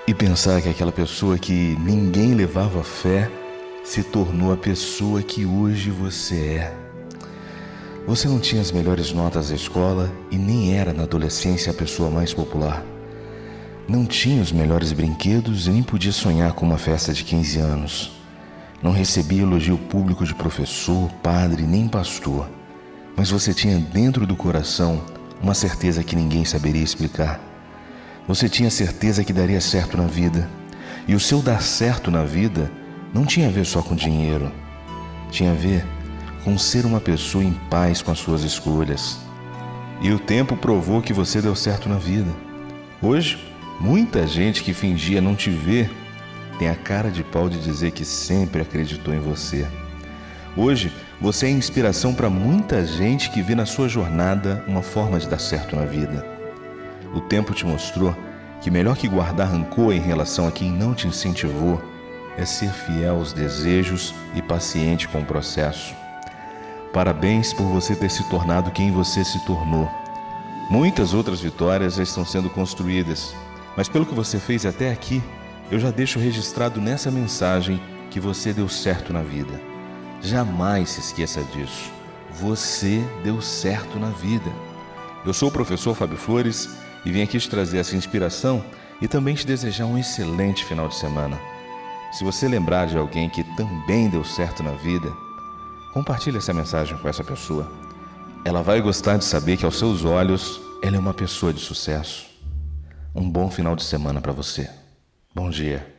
E pensar que aquela pessoa que ninguém levava fé se tornou a pessoa que hoje você é. Você não tinha as melhores notas da escola e nem era na adolescência a pessoa mais popular. Não tinha os melhores brinquedos e nem podia sonhar com uma festa de 15 anos. Não recebia elogio público de professor, padre, nem pastor. Mas você tinha dentro do coração uma certeza que ninguém saberia explicar. Você tinha certeza que daria certo na vida. E o seu dar certo na vida não tinha a ver só com dinheiro. Tinha a ver com ser uma pessoa em paz com as suas escolhas. E o tempo provou que você deu certo na vida. Hoje, muita gente que fingia não te ver tem a cara de pau de dizer que sempre acreditou em você. Hoje, você é inspiração para muita gente que vê na sua jornada uma forma de dar certo na vida. O tempo te mostrou que melhor que guardar rancor em relação a quem não te incentivou é ser fiel aos desejos e paciente com o processo. Parabéns por você ter se tornado quem você se tornou. Muitas outras vitórias já estão sendo construídas, mas pelo que você fez até aqui, eu já deixo registrado nessa mensagem que você deu certo na vida. Jamais se esqueça disso. Você deu certo na vida. Eu sou o professor Fábio Flores e vim aqui te trazer essa inspiração e também te desejar um excelente final de semana. Se você lembrar de alguém que também deu certo na vida, compartilhe essa mensagem com essa pessoa. Ela vai gostar de saber que aos seus olhos ela é uma pessoa de sucesso. Um bom final de semana para você. Bom dia.